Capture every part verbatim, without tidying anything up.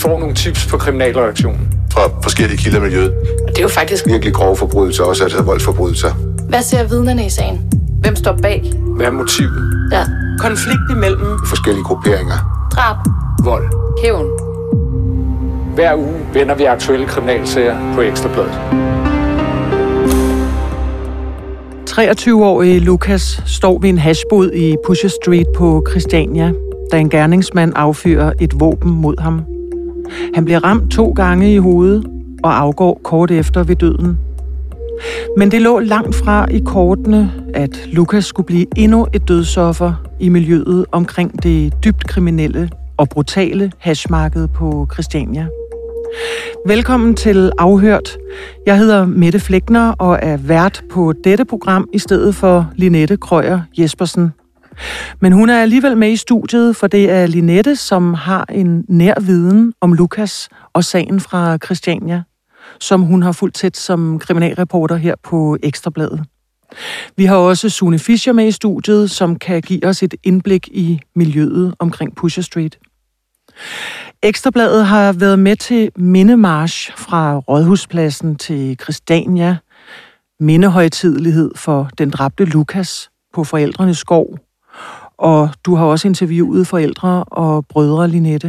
får nogle tips på kriminalreaktionen fra forskellige kilder i miljøet. Og det er jo faktisk virkelig grove forbrydelser, også altså voldsforbrydelser. Hvad ser vidnerne i sagen? Hvem står bag? Hvad er motivet? Ja. Konflikt imellem forskellige grupperinger. Drab. Vold. Hævn. Hver uge vender vi aktuelle kriminalsager på Ekstra Bladet. treogtyve-årige Lukas står ved en hashbod i Pusher Street på Christiania, da en gerningsmand affyrer et våben mod ham. Han bliver ramt to gange i hovedet og afgår kort efter ved døden. Men det lå langt fra i kortene, at Lukas skulle blive endnu et dødsoffer i miljøet omkring det dybt kriminelle og brutale hashmarked på Christiania. Velkommen til Afhørt. Jeg hedder Mette Fleckner og er vært på dette program i stedet for Linette Krøyer Jespersen. Men hun er alligevel med i studiet, for det er Linette, som har en nær viden om Lukas og sagen fra Christiania, som hun har fulgt tæt som kriminalreporter her på Ekstra Bladet. Vi har også Sune Fischer med i studiet, som kan give os et indblik i miljøet omkring Pusher Street. Ekstra Bladet har været med til mindemarch fra Rådhuspladsen til Christiania, mindehøjtidelighed for den dræbte Lukas på Forældrenes Skov, og du har også interviewet forældre og brødre, Linette.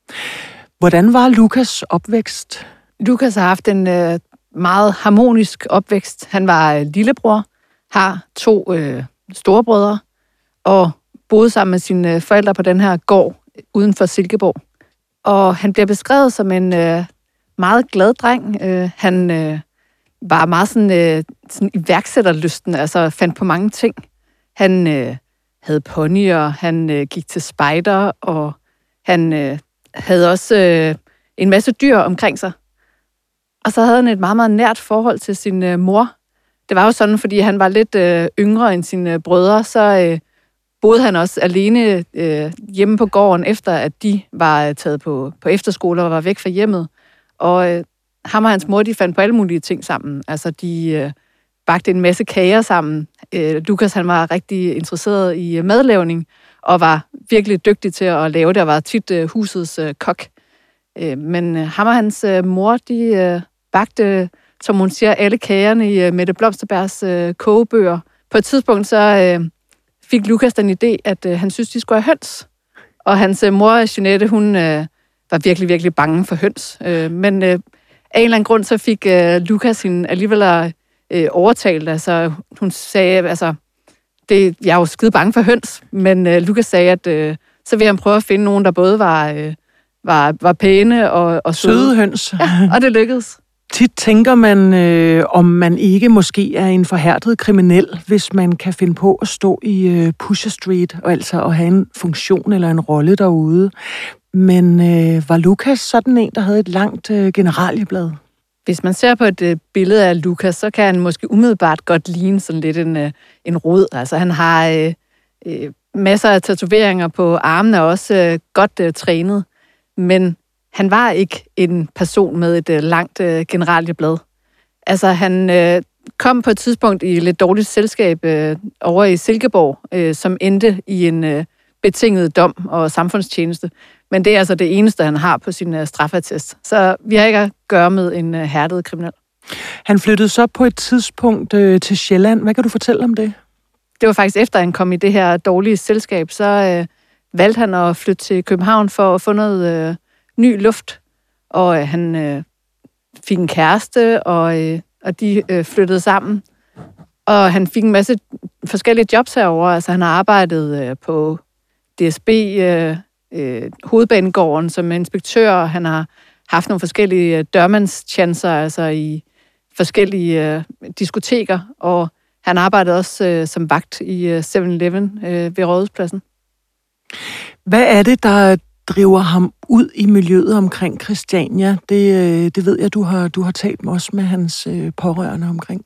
Hvordan var Lukas opvækst? Lukas har haft en øh, meget harmonisk opvækst. Han var øh, lillebror, har to øh, storebrødre og boede sammen med sine øh, forældre på den her gård uden for Silkeborg. Og han bliver beskrevet som en øh, meget glad dreng. Øh, han øh, var meget sådan, øh, sådan iværksætterlysten, altså fandt på mange ting. Han øh, havde ponyer, han øh, gik til spejder, og han øh, havde også øh, en masse dyr omkring sig. Og så havde han et meget, meget nært forhold til sin øh, mor. Det var jo sådan, fordi han var lidt øh, yngre end sine øh, brødre, så øh, boede han også alene øh, hjemme på gården, efter at de var taget på, på efterskole og var væk fra hjemmet. Og øh, ham og hans mor, de fandt på alle mulige ting sammen. Altså, de øh, bagte en masse kager sammen. Øh, Lukas, han var rigtig interesseret i øh, madlavning, og var virkelig dygtig til at lave det, og var tit øh, husets øh, kok. Øh, men øh, ham og hans øh, mor, de øh, bagte, som hun siger, alle kagerne i øh, Mette Blomsterbergs øh, kogebøger. På et tidspunkt, så øh, fik Lukas den idé, at øh, han synes, de skulle have høns. Og hans øh, mor, Jeanette, hun øh, var virkelig, virkelig bange for høns. Øh, men øh, af en eller anden grund, så fik øh, Lukas hende alligevel øh, overtalt. Altså, hun sagde, altså, det, jeg er jo skide bange for høns, men øh, Lukas sagde, at øh, så vil han prøve at finde nogen, der både var, øh, var, var pæne og, og søde. Søde høns. Ja, og det lykkedes. Tit tænker man, øh, om man ikke måske er en forhærdet kriminel, hvis man kan finde på at stå i øh, Pusher Street, og altså at have en funktion eller en rolle derude. Men øh, var Lukas sådan en, der havde et langt øh, generalieblad? Hvis man ser på et øh, billede af Lukas, så kan han måske umiddelbart godt ligne sådan lidt en, øh, en rod. Altså han har øh, øh, masser af tatoveringer på armene, og også øh, godt øh, trænet. Men han var ikke en person med et øh, langt øh, generalieblad. Altså han øh, kom på et tidspunkt i lidt dårligt selskab øh, over i Silkeborg, øh, som endte i en øh, betinget dom og samfundstjeneste. Men det er altså det eneste, han har på sin uh, straffeattest. Så vi har ikke at gøre med en uh, hærdet kriminel. Han flyttede så på et tidspunkt øh, til Sjælland. Hvad kan du fortælle om det? Det var faktisk efter, han kom i det her dårlige selskab, så øh, valgte han at flytte til København for at få noget øh, ny luft. Og øh, han øh, fik en kæreste, og, øh, og de øh, flyttede sammen. Og han fik en masse forskellige jobs herovre. Altså han har arbejdet øh, på D S B, øh, Øh, hovedbanegården som inspektør. Han har haft nogle forskellige øh, dørmandstjanser, altså i forskellige øh, diskoteker, og han arbejdede også øh, som vagt i øh, seven eleven øh, ved Rådhuspladsen. Hvad er det, der driver ham ud i miljøet omkring Christiania? Det, øh, det ved jeg, du har, du har talt med også med hans øh, pårørende omkring.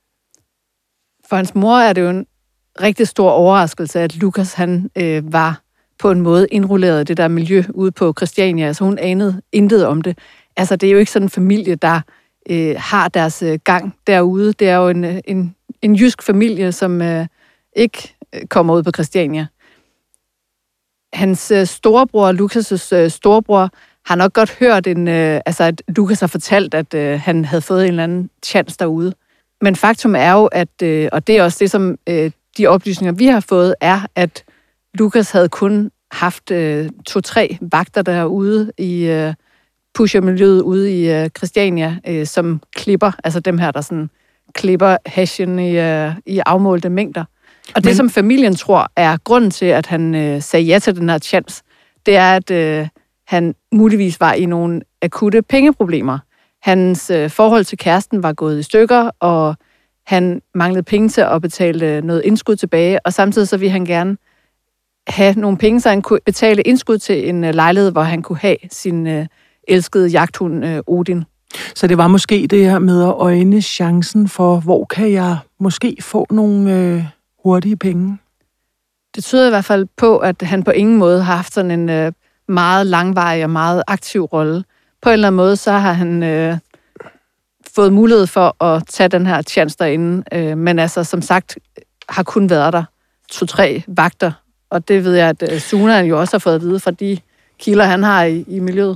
For hans mor er det jo en rigtig stor overraskelse, at Lukas han øh, var på en måde indrulleret det der miljø ude på Christiania. Altså hun anede intet om det. Altså det er jo ikke sådan en familie, der øh, har deres øh, gang derude. Det er jo en, en, en jysk familie, som øh, ikke kommer ud på Christiania. Hans øh, storebror, Lukas' øh, storebror, har nok godt hørt, en, øh, altså, at Lukas har fortalt, at øh, han havde fået en eller anden chance derude. Men faktum er jo, at, øh, og det er også det, som øh, de oplysninger, vi har fået, er, at Lukas havde kun haft øh, to-tre vagter derude i øh, pushermiljøet ude i øh, Christiania, øh, som klipper, altså dem her, der sådan klipper hashen i, øh, i afmålte mængder. Og det, Men... som familien tror, er grunden til, at han øh, sagde ja til den her chance, det er, at øh, han muligvis var i nogle akutte pengeproblemer. Hans øh, forhold til kæresten var gået i stykker, og han manglede penge til at betale noget indskud tilbage, og samtidig så ville han gerne have nogle penge, så han kunne betale indskud til en øh, lejlighed, hvor han kunne have sin øh, elskede jagthund øh, Odin. Så det var måske det her med at øjne chancen for, hvor kan jeg måske få nogle øh, hurtige penge? Det tyder i hvert fald på, at han på ingen måde har haft sådan en øh, meget langvarig og meget aktiv rolle. På en eller anden måde, så har han øh, fået mulighed for at tage den her chance derinde, øh, men altså som sagt har kun været der to-tre vagter, og det ved jeg, at øh, Suna jo også har fået at vide fra de kilder, han har i, i miljøet.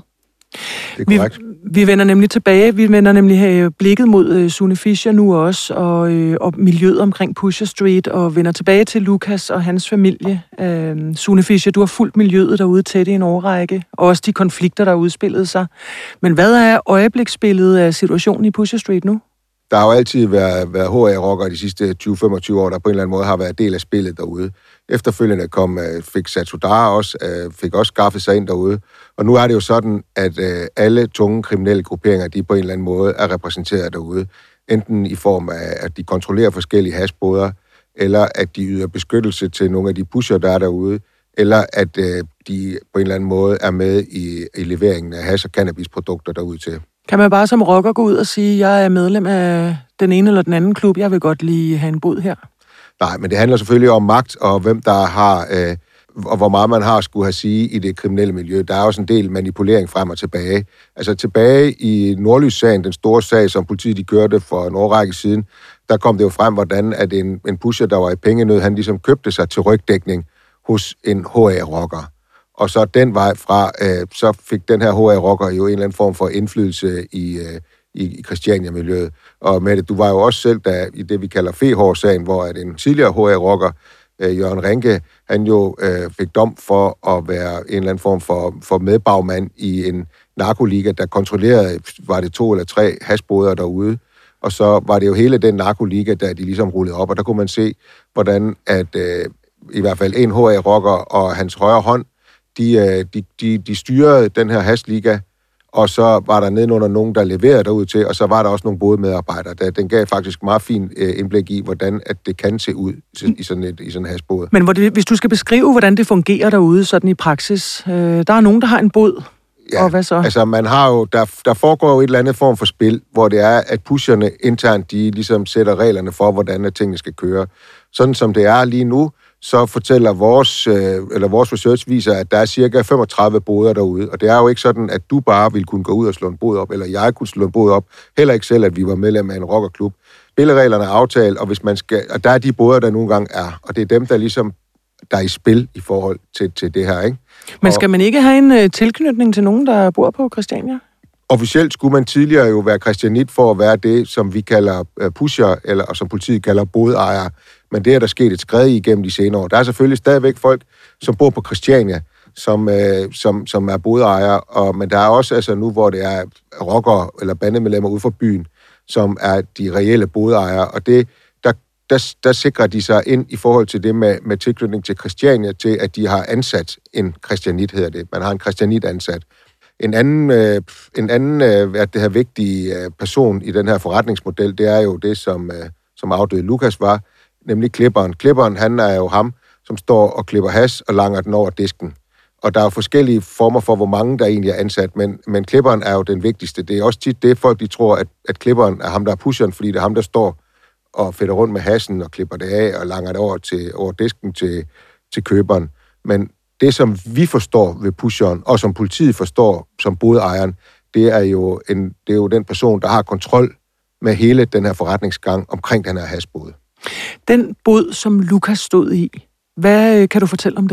Vi, vi vender nemlig tilbage, vi vender nemlig blikket mod uh, Sune Fischer nu også, og, uh, og miljøet omkring Pusher Street, og vender tilbage til Lukas og hans familie. Uh, Sune Fischer, du har fulgt miljøet derude tæt i en årrække, og også de konflikter, der udspillede sig. Men hvad er øjebliksbilledet af situationen i Pusher Street nu? Der har jo altid været, været H A-rockere de sidste tyve til femogtyve år, der på en eller anden måde har været del af spillet derude. Efterfølgende kom, fik Satudarah også, fik også skaffet sig ind derude. Og nu er det jo sådan, at alle tunge kriminelle grupperinger, de på en eller anden måde er repræsenteret derude. Enten i form af, at de kontrollerer forskellige hashboder, eller at de yder beskyttelse til nogle af de pusher, der er derude, eller at de på en eller anden måde er med i, i leveringen af hash- og cannabisprodukter derude til. Kan man bare som rocker gå ud og sige, at jeg er medlem af den ene eller den anden klub, jeg vil godt lige have en bod her? Nej, men det handler selvfølgelig om magt, og hvem der har, øh, og hvor meget man har skulle have sige i det kriminelle miljø. Der er også en del manipulering frem og tilbage. Altså tilbage i Nordlys-sagen, den store sag, som politiet de kørte for en årrække siden, der kom det jo frem, hvordan at en, en pusher, der var i pengenød, han ligesom købte sig til rygdækning hos en H A-rocker. Og så den vej fra, øh, så fik den her H A-rocker jo en eller anden form for indflydelse i, øh, i, i Christiania-miljøet. Og Mette, du var jo også selv der i det, vi kalder Fehår-sagen, hvor at en tidligere H A-rocker, øh, Jørgen Rinke, han jo øh, fik dom for at være en eller anden form for, for medbagmand i en narkoliga, der kontrollerede, var det to eller tre hashboder derude. Og så var det jo hele den narkoliga, der de ligesom rullede op, og der kunne man se, hvordan at øh, i hvert fald en H A-rocker og hans højre hånd, De, de, de, de styrede den her hashliga, og så var der nedenunder nogen, der leverede derud til, og så var der også nogle bodemedarbejdere. Der, den gav faktisk meget fin øh, indblik i, hvordan at det kan se ud i sådan et i sådan en hashbod. Men hvor det, hvis du skal beskrive, hvordan det fungerer derude sådan i praksis, øh, der er nogen, der har en bod, ja, og hvad så? Altså man har jo, der, der foregår jo et eller andet form for spil, hvor det er, at pusherne internt, de ligesom sætter reglerne for, hvordan tingene skal køre. Sådan som det er lige nu, så fortæller vores, øh, eller vores research viser, at der er cirka femogtredive boder derude. Og det er jo ikke sådan, at du bare ville kunne gå ud og slå en bod op, eller jeg kunne slå en bod op. Heller ikke selv, at vi var medlem af en rockerklub. Spillereglerne er aftalt, og hvis man skal, og der er de boder, der nogle gange er. Og det er dem, der ligesom der er i spil i forhold til, til det her, ikke? Men skal man ikke have en øh, tilknytning til nogen, der bor på Christiania? Officielt skulle man tidligere jo være christianit for at være det, som vi kalder uh, pusher, eller og som politiet kalder bodejer. Men det er der sket et skred i igennem de senere år. Der er selvfølgelig stadigvæk folk, som bor på Christiania, som, øh, som, som er bodejer, og, men der er også altså nu, hvor det er rockere eller bandemedlemmer ude for byen, som er de reelle bodejer, og det, der, der, der sikrer de sig ind i forhold til det med, med tilknytning til Christiania, til at de har ansat en christianit, hedder det. Man har en christianit ansat. En anden, øh, en anden øh, det her vigtige øh, person i den her forretningsmodel, det er jo det, som, øh, som afdøde Lukas var, nemlig klipperen. Klipperen, han er jo ham, som står og klipper hash og langer den over disken. Og der er jo forskellige former for, hvor mange der egentlig er ansat, men, men klipperen er jo den vigtigste. Det er også tit det, folk de tror, at, at klipperen er ham, der er pusheren, fordi det er ham, der står og fætter rundt med hashen og klipper det af og langer det over, til, over disken til, til køberen. Men det, som vi forstår ved pusheren, og som politiet forstår som bodejeren, det er jo, en, det er jo den person, der har kontrol med hele den her forretningsgang omkring den her hashbod. Den bod, som Lukas stod i, hvad kan du fortælle om den?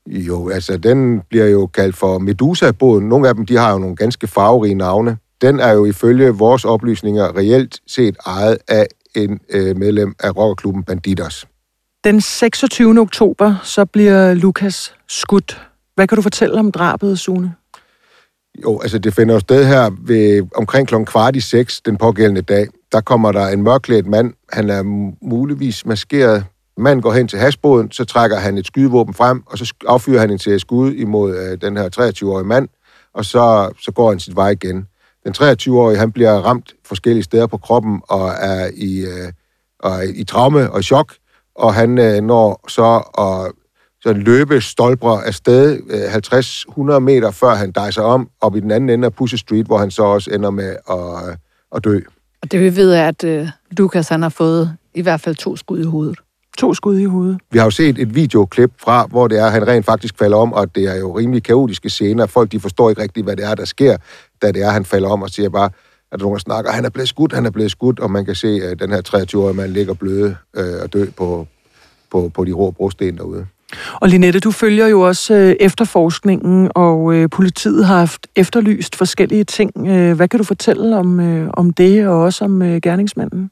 Jo, altså den bliver jo kaldt for Medusa-båden. Nogle af dem, de har jo nogle ganske farverige navne. Den er jo ifølge vores oplysninger reelt set ejet af en øh, medlem af rockerklubben Bandidos. Den seksogtyvende oktober, så bliver Lukas skudt. Hvad kan du fortælle om drabet, Sune? Jo, altså det finder jo sted her ved omkring klokken kvart i seks den pågældende dag. Der kommer der en mørklædt mand. Han er muligvis maskeret. Manden går hen til hashbåden, så trækker han et skydevåben frem, og så affyrer han en til skud imod øh, den her treogtyve-årige mand, og så, så går han sit vej igen. Den treogtyve-årige, han bliver ramt forskellige steder på kroppen, og er i, øh, og er i traume og chok, og han øh, når så at så løbe stolper afsted øh, halvtreds til hundrede meter, før han dejser om, op i den anden ende af Pusher Street, hvor han så også ender med at, øh, at dø. Og det vi ved er, at øh, Lukas han har fået i hvert fald to skud i hovedet. To skud i hovedet. Vi har jo set et videoklip fra, hvor det er, han rent faktisk falder om, og det er jo rimelig kaotiske scener. Folk, de forstår ikke rigtigt, hvad det er, der sker, da det er, han falder om og siger bare, at nogen snakker, han er blevet skudt, han er blevet skudt, og man kan se, at den her treogtyve-årige mand ligger bløde øh, og dø på, på, på de rå brosten derude. Og Linette, du følger jo også øh, efterforskningen, og øh, politiet har haft efterlyst forskellige ting. Øh, hvad kan du fortælle om, øh, om det, og også om øh, gerningsmanden?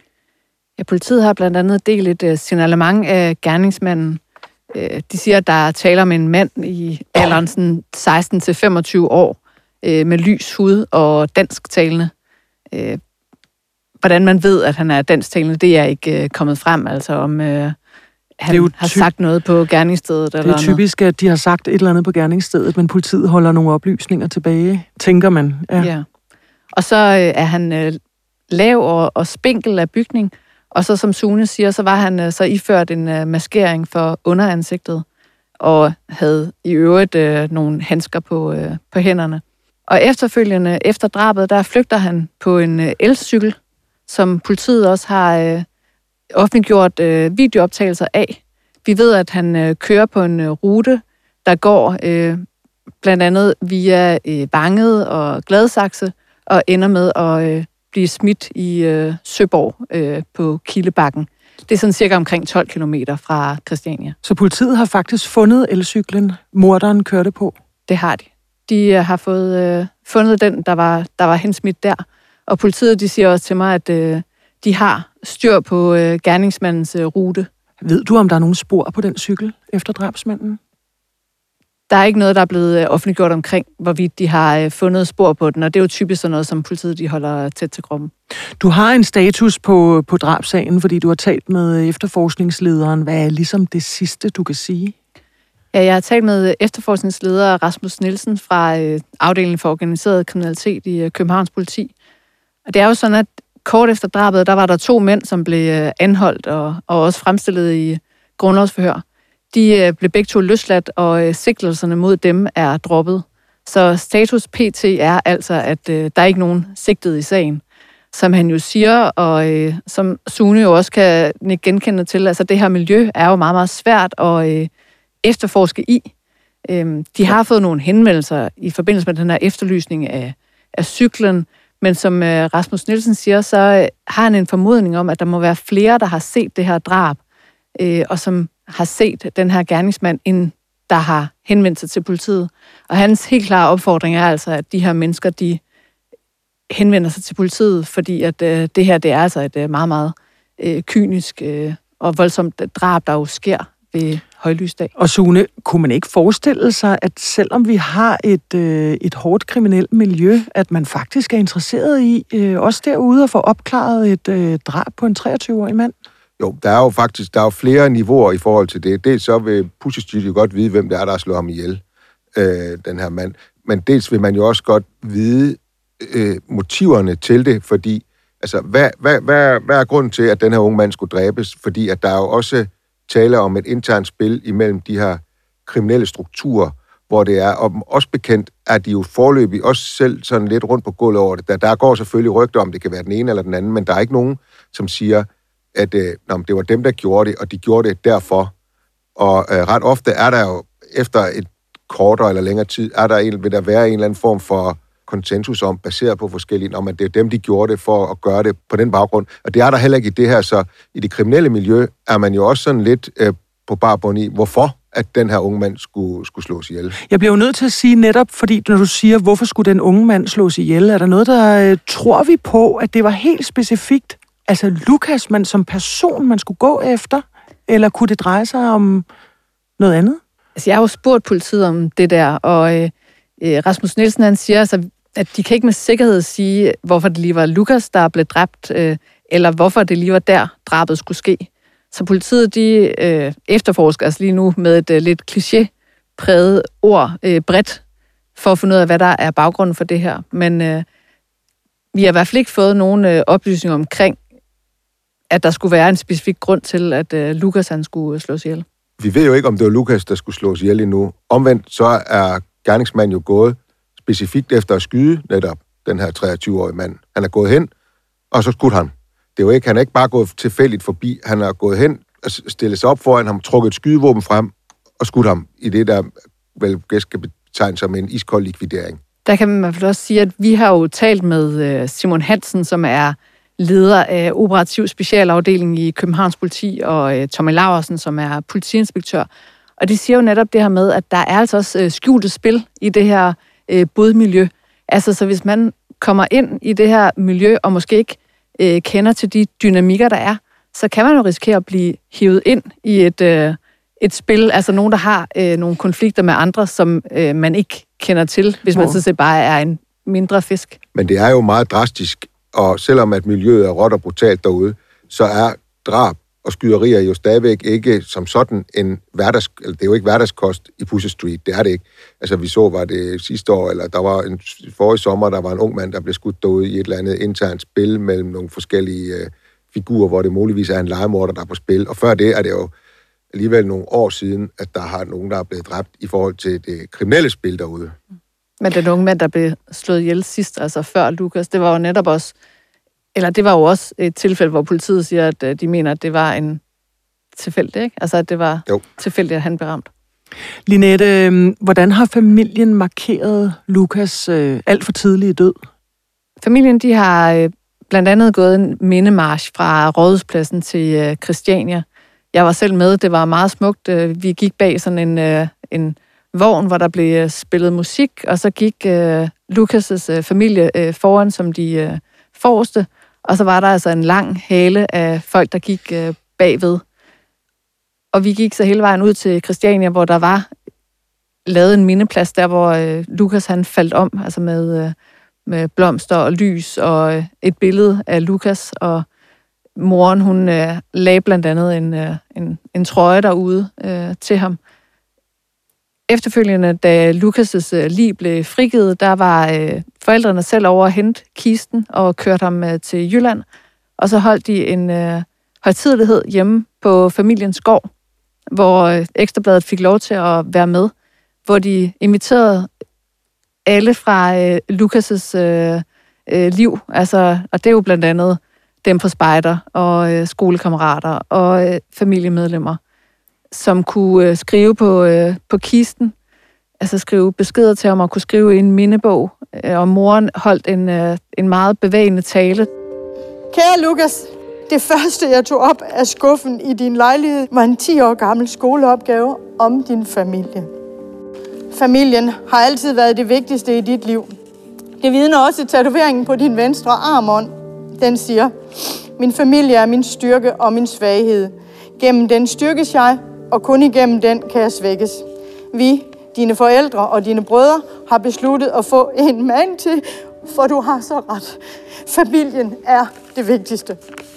Ja, politiet har blandt andet delt et uh, signalement af gerningsmanden. Uh, de siger, at der er tale om en mand i alderen seksten til femogtyve år, uh, med lys hud og dansktalende. Uh, hvordan man ved, at han er dansktalende, det er ikke uh, kommet frem, altså om uh, han har ty- sagt noget på gerningsstedet. Eller det er typisk, at de har sagt et eller andet på gerningsstedet, men politiet holder nogle oplysninger tilbage, tænker man. Ja. Ja. Og så uh, er han uh, lav og, og spinkel af bygning. Og så, som Sune siger, så var han så iført en uh, maskering for underansigtet, og havde i øvrigt uh, nogle handsker på, uh, på hænderne. Og efterfølgende, efter drabet, der flygter han på en uh, elcykel, som politiet også har uh, offentliggjort uh, videooptagelser af. Vi ved, at han uh, kører på en uh, rute, der går uh, blandt andet via uh, Vanget og Gladsaxe, og ender med at uh, blive smidt i øh, Søborg øh, på Kildebakken. Det er sådan cirka omkring tolv kilometer fra Christiania. Så politiet har faktisk fundet elcyklen, morderen kørte på? Det har de. De øh, har fået øh, fundet den, der var, der var hensmidt der. Og politiet, de siger også til mig, at øh, de har styr på øh, gerningsmandens øh, rute. Ved du, om der er nogle spor på den cykel efter drabsmanden? Der er ikke noget, der er blevet offentliggjort omkring, hvorvidt de har fundet spor på den, og det er jo typisk sådan noget, som politiet de holder tæt til kroppen. Du har en status på, på drabssagen, fordi du har talt med efterforskningslederen. Hvad er ligesom det sidste, du kan sige? Ja, jeg har talt med efterforskningsleder Rasmus Nielsen fra afdelingen for organiseret kriminalitet i Københavns Politi. Og det er jo sådan, at kort efter drabet, der var der to mænd, som blev anholdt og, og også fremstillet i grundlovsforhør. De blev begge to løsladt, og sigtelserne mod dem er droppet. Så status P T er altså, at øh, der er ikke nogen sigtet i sagen. Som han jo siger, og øh, som Sune jo også kan genkende til, altså det her miljø er jo meget, meget svært at øh, efterforske i. Øh, de har fået nogle henvendelser i forbindelse med den her efterlysning af, af cyklen, men som øh, Rasmus Nielsen siger, så øh, har han en formodning om, at der må være flere, der har set det her drab, øh, og som har set den her gerningsmand, end der har henvendt sig til politiet. Og hans helt klare opfordring er altså, at de her mennesker, de henvender sig til politiet, fordi at øh, det her, det er altså et øh, meget, meget øh, kynisk øh, og voldsomt drab, der jo sker ved højlysdag. Og Sune, kunne man ikke forestille sig, at selvom vi har et, øh, et hårdt kriminelt miljø, at man faktisk er interesseret i, øh, også derude, at få opklaret et øh, drab på en treogtyve-årig mand? Jo, der er jo faktisk der er jo flere niveauer i forhold til det. Dels så vil Pusher Street jo godt vide, hvem det er, der slår ham ihjel, øh, den her mand. Men dels vil man jo også godt vide øh, motiverne til det, fordi, altså, hvad, hvad, hvad, hvad er grunden til, at den her unge mand skulle dræbes? Fordi at der er jo også tale om et internt spil imellem de her kriminelle strukturer, hvor det er, og også bekendt, at de jo foreløbig også selv sådan lidt rundt på gulvet over det. Der, der går selvfølgelig rygter om, det kan være den ene eller den anden, men der er ikke nogen, som siger, at øh, nå, det var dem, der gjorde det, og de gjorde det derfor. Og øh, ret ofte er der jo, efter et kortere eller længere tid, er der en, vil der være en eller anden form for konsensus om, baseret på forskellige, om at det er dem, de gjorde det for at gøre det på den baggrund. Og det er der heller ikke i det her, så i det kriminelle miljø er man jo også sådan lidt øh, på barbund i, hvorfor at den her unge mand skulle, skulle slås ihjel. Jeg bliver jo nødt til at sige netop, fordi når du siger, hvorfor skulle den unge mand slås ihjel, er der noget, der øh, tror vi på, at det var helt specifikt, altså Lukas, man som person, man skulle gå efter, eller kunne det dreje sig om noget andet? Altså, jeg har jo spurgt politiet om det der, og øh, Rasmus Nielsen, han siger, altså, at de kan ikke med sikkerhed sige, hvorfor det lige var Lukas, der blev dræbt, øh, eller hvorfor det lige var der, drabet skulle ske. Så politiet, de øh, efterforsker altså lige nu med et øh, lidt kliché-præget ord øh, bredt, for at finde ud af, hvad der er baggrunden for det her. Men øh, vi har i hvert fald ikke fået nogen øh, oplysninger omkring, at der skulle være en specifik grund til, at øh, Lukas han skulle slås ihjel. Vi ved jo ikke, om det var Lukas, der skulle slås ihjel endnu. Omvendt så er gerningsmanden jo gået specifikt efter at skyde netop den her treogtyve-årige mand. Han er gået hen, og så skudt ham. Det er jo ikke, han er ikke bare gået tilfældigt forbi. Han er gået hen og stillet sig op foran ham, trukket et skydevåben frem og skudt ham i det, der vel skal betegnes som en iskold likvidering. Der kan man i hvert fald også sige, at vi har jo talt med Simon Hansen, som er leder af operativ specialafdeling i Københavns Politi, og Tommy Laursen, som er politiinspektør. Og de siger jo netop det her med, at der er altså også skjulte spil i det her bodmiljø. Altså, så hvis man kommer ind i det her miljø, og måske ikke øh, kender til de dynamikker, der er, så kan man jo risikere at blive hivet ind i et, øh, et spil, altså nogen, der har øh, nogle konflikter med andre, som øh, man ikke kender til, hvis man så set bare er en mindre fisk. Men det er jo meget drastisk, og selvom at miljøet er råt og brutalt derude, så er drab og skyderier jo stadigvæk ikke som sådan en hverdags... Eller det er jo ikke hverdagskost i Pusher Street, det er det ikke. Altså vi så, var det sidste år, eller der var en forrige sommer, der var en ung mand, der blev skudt derude i et eller andet internt spil mellem nogle forskellige øh, figurer, hvor det muligvis er en legemorder, der er på spil. Og før det er det jo alligevel nogle år siden, at der har nogen, der er blevet dræbt i forhold til det kriminelle spil derude. Men den unge mand, der blev slået ihjel sidst, altså før Lukas, det var jo netop også... Eller det var jo også et tilfælde, hvor politiet siger, at de mener, at det var en tilfælde, ikke? Altså, at det var jo tilfældigt, at han blev ramt. Linette, hvordan har familien markeret Lukas øh, alt for tidlige død? Familien, de har øh, blandt andet gået en mindemarch fra Rådhuspladsen til øh, Christiania. Jeg var selv med, det var meget smukt. Vi gik bag sådan en, øh, en vogn, hvor der blev spillet musik, og så gik øh, Lukas' øh, familie øh, foran som de øh, forreste. Og så var der altså en lang hale af folk, der gik øh, bagved. Og vi gik så hele vejen ud til Christiania, hvor der var lavet en mindeplads, der hvor øh, Lukas han faldt om, altså med, øh, med blomster og lys, og øh, et billede af Lukas. Og moren, hun øh, lagde blandt andet en, øh, en, en trøje derude øh, til ham. Efterfølgende, da Lukas' øh, lig blev frigivet, der var øh, forældrene selv over at hente kisten og kørte ham øh, til Jylland. Og så holdt de en øh, højtidelighed hjemme på familiens gård, hvor øh, Ekstrabladet fik lov til at være med, hvor de inviterede alle fra øh, Lukas' øh, øh, liv. Altså, og det er jo blandt andet dem fra spejder og øh, skolekammerater og øh, familiemedlemmer, som kunne øh, skrive på, øh, på kisten, altså skrive beskeder til ham og kunne skrive i en mindebog. Øh, og moren holdt en, øh, en meget bevægende tale. Kære Lukas, det første, jeg tog op af skuffen i din lejlighed, var en ti år gammel skoleopgave om din familie. Familien har altid været det vigtigste i dit liv. Det vidner også tatoveringen på din venstre armånd. Den siger, min familie er min styrke og min svaghed. Gennem den styrkes jeg, og kun igennem den kan jeg svækkes. Vi, dine forældre og dine brødre, har besluttet at få en mand til, for du har så ret. Familien er det vigtigste.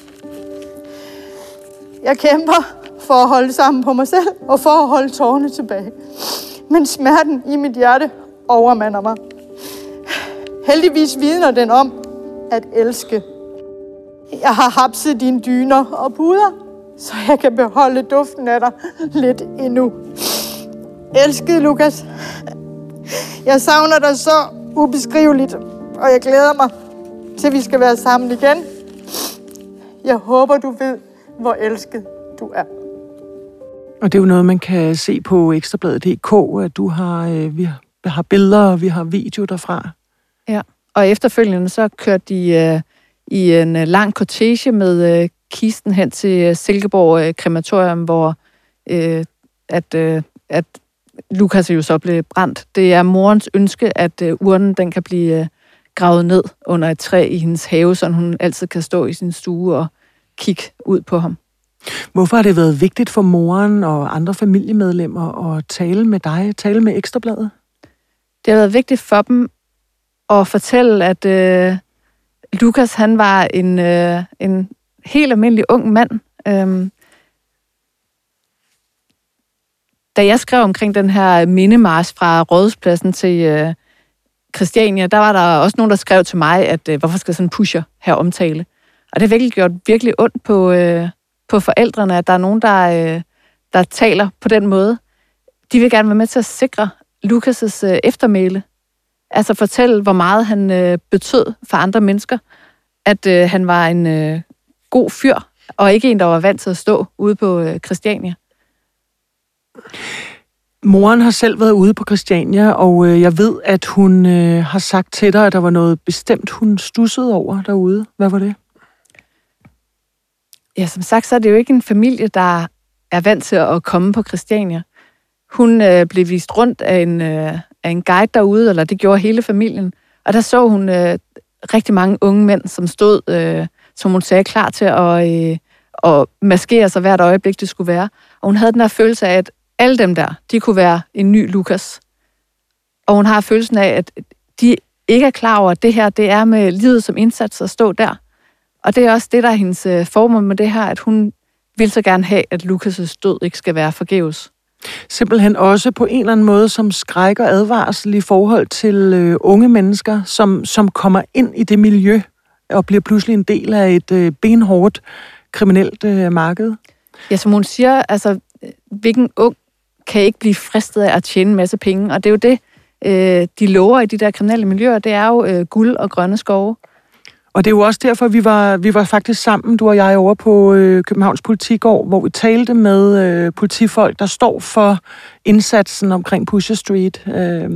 Jeg kæmper for at holde sammen på mig selv og for at holde tårerne tilbage. Men smerten i mit hjerte overmander mig. Heldigvis vidner den om at elske. Jeg har hapset dine dyner og puder, så jeg kan beholde duften af dig lidt endnu. Elskede Lukas, jeg savner dig så ubeskriveligt, og jeg glæder mig til, vi skal være sammen igen. Jeg håber, du ved, hvor elsket du er. Og det er jo noget, man kan se på ekstrabladet punktum d k, at du har, øh, vi har billeder, og vi har video derfra. Ja, og efterfølgende så kørte de øh, i en øh, lang kortege med øh, kisten hen til Silkeborg øh, Krematorium, hvor øh, at øh, at Lukas jo så blev brændt. Det er morens ønske, at øh, urnen den kan blive øh, gravet ned under et træ i hendes have, så hun altid kan stå i sin stue og kigge ud på ham. Hvorfor har det været vigtigt for moren og andre familiemedlemmer at tale med dig, tale med Ekstra Bladet? Det har været vigtigt for dem at fortælle, at øh, Lukas han var en, øh, en helt almindelig ung mand. Øhm, da jeg skrev omkring den her mindemarch fra Rådhuspladsen til øh, Christiania, der var der også nogen, der skrev til mig, at øh, hvorfor skal sådan en pusher her omtale? Og det har virkelig gjort virkelig ondt på, øh, på forældrene, at der er nogen, der, øh, der taler på den måde. De vil gerne være med til at sikre Lukas' øh, eftermæle. Altså fortælle, hvor meget han øh, betød for andre mennesker. At øh, han var en øh, god fyr, og ikke en, der var vant til at stå ude på øh, Christiania. Moren har selv været ude på Christiania, og øh, jeg ved, at hun øh, har sagt til dig, at der var noget bestemt, hun stussede over derude. Hvad var det? Ja, som sagt, så er det jo ikke en familie, der er vant til at komme på Christiania. Hun øh, blev vist rundt af en, øh, af en guide derude, eller det gjorde hele familien. Og der så hun øh, rigtig mange unge mænd, som stod, øh, som hun sagde, klar til at, øh, at maskere sig hvert øjeblik, det skulle være. Og hun havde den her følelse af, at alle dem der, de kunne være en ny Lukas. Og hun har følelsen af, at de ikke er klar over, at det her, det er med livet som indsats at stå der. Og det er også det, der er hendes øh, formål med det her, at hun vil så gerne have, at Lukas' død ikke skal være forgæves. Simpelthen også på en eller anden måde som skræk og advarsel i forhold til øh, unge mennesker, som, som kommer ind i det miljø og bliver pludselig en del af et øh, benhårdt kriminelt øh, marked. Ja, som hun siger, altså, hvilken ung kan ikke blive fristet af at tjene en masse penge, og det er jo det, øh, de lover i de der kriminelle miljøer, det er jo øh, guld og grønne skove. Og det er jo også derfor, vi var, vi var faktisk sammen, du og jeg, over på øh, Københavns Politigård, hvor vi talte med øh, politifolk, der står for indsatsen omkring Pusher Street. Øh,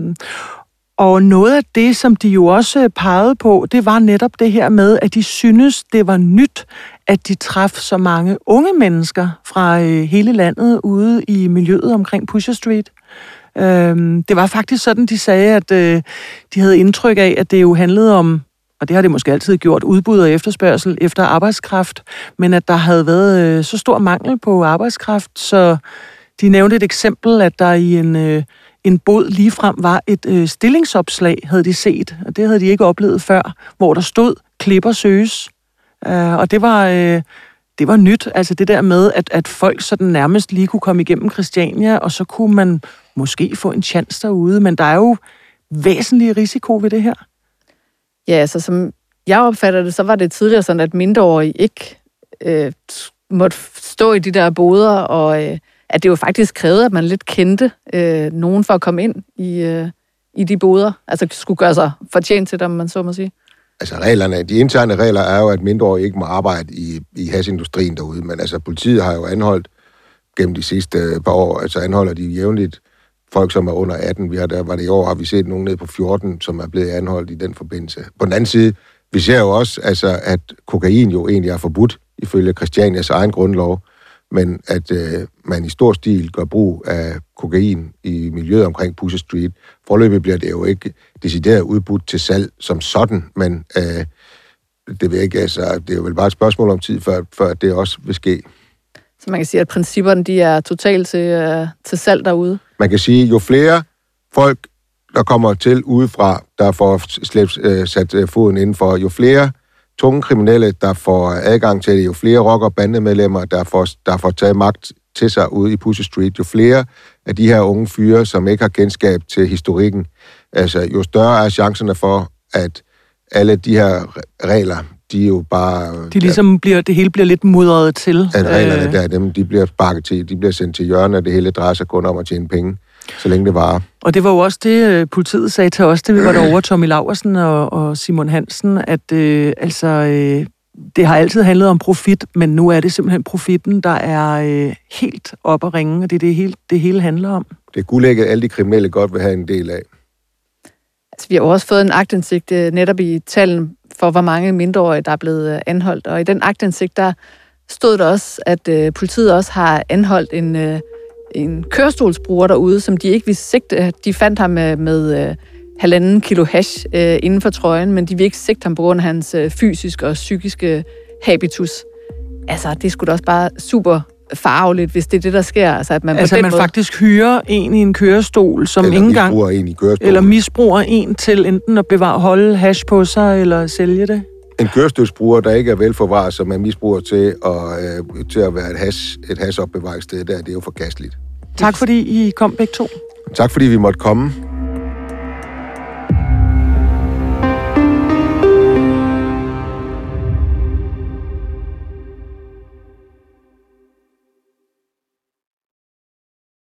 og noget af det, som de jo også pegede på, det var netop det her med, at de synes, det var nyt, at de traf så mange unge mennesker fra øh, hele landet ude i miljøet omkring Pusher Street. Øh, det var faktisk sådan, de sagde, at øh, de havde indtryk af, at det jo handlede om, og det har det måske altid gjort, udbud og efterspørgsel efter arbejdskraft, men at der havde været øh, så stor mangel på arbejdskraft, så de nævnte et eksempel, at der i en, øh, en båd ligefrem var et øh, stillingsopslag, havde de set, og det havde de ikke oplevet før, hvor der stod, klipper søges. Uh, og det var, øh, det var nyt, altså det der med, at, at folk sådan nærmest lige kunne komme igennem Christiania, og så kunne man måske få en chance derude, men der er jo væsentlig risiko ved det her. Ja, altså som jeg opfatter det, så var det tidligere sådan, at mindreårige ikke øh, måtte stå i de der boder, og øh, at det jo faktisk krævede, at man lidt kendte øh, nogen for at komme ind i, øh, i de boder. Altså skulle gøre sig fortjent til dem, man så må sige. Altså reglerne, de interne regler er jo, at mindreårige ikke må arbejde i, i hasindustrien derude, men altså politiet har jo anholdt gennem de sidste par år, altså anholder de jævnligt folk, som er under atten. Vi har, der var det i år, har vi set nogen ned på fjorten, som er blevet anholdt i den forbindelse. På den anden side, vi ser jo også, altså, at kokain jo egentlig er forbudt ifølge Christianias egen grundlov, men at øh, man i stor stil gør brug af kokain i miljøet omkring Pusher Street. Forløbet bliver det jo ikke decideret udbudt til salg som sådan, men øh, det, vil ikke, altså, det er jo vel bare et spørgsmål om tid, før, før det også vil ske. Så man kan sige, at principperne de er totalt til, uh, til salg derude? Man kan sige, jo flere folk, der kommer til udefra, der får slæbt, øh, sat øh, foden indenfor, jo flere tunge kriminelle, der får adgang til det, jo flere rocker- og bandemedlemmer, der får, der får taget magt til sig ude i Pusher Street, jo flere af de her unge fyre, som ikke har kendskab til historikken, altså jo større er chancerne for, at alle de her regler, de er jo bare... De ligesom bliver, det hele bliver lidt mudret til. At reglerne øh... der, dem, de bliver sparket til, de bliver sendt til hjørne, og det hele drejer sig kun om at tjene penge, så længe det varer. Og det var jo også det, politiet sagde til os, det vi var derovre, Tommy Laursen og, og Simon Hansen, at øh, altså, øh, det har altid handlet om profit, men nu er det simpelthen profitten, der er øh, helt op at ringe, og det er det hele, det hele handler om. Det er guldægget, alle de kriminelle godt vil have en del af. Altså, vi har også fået en aktindsigt øh, netop i tallene for, hvor mange mindreårige, der er blevet øh, anholdt. Og i den aktindsigt, der stod der også, at øh, politiet også har anholdt en, øh, en kørestolsbruger derude, som de ikke ville sigte. De fandt ham med, med øh, halvanden kilo hash øh, inden for trøjen, men de ville ikke sigte ham på grund af hans øh, fysiske og psykiske habitus. Altså, det skulle da også bare super farveligt, hvis det er det, der sker. Altså, at man, altså, på den man måde... faktisk hyrer en i en kørestol, som eller ikke engang... en i kørestol. Eller misbruger en til enten at bevare, holde hash på sig, eller sælge det. En kørestolsbruger, der ikke er velforvaret, som man misbruger til at, øh, til at være et hash, et hashopbevaringssted, der, det er jo forkasteligt. Tak fordi I kom begge to. Tak fordi vi måtte komme.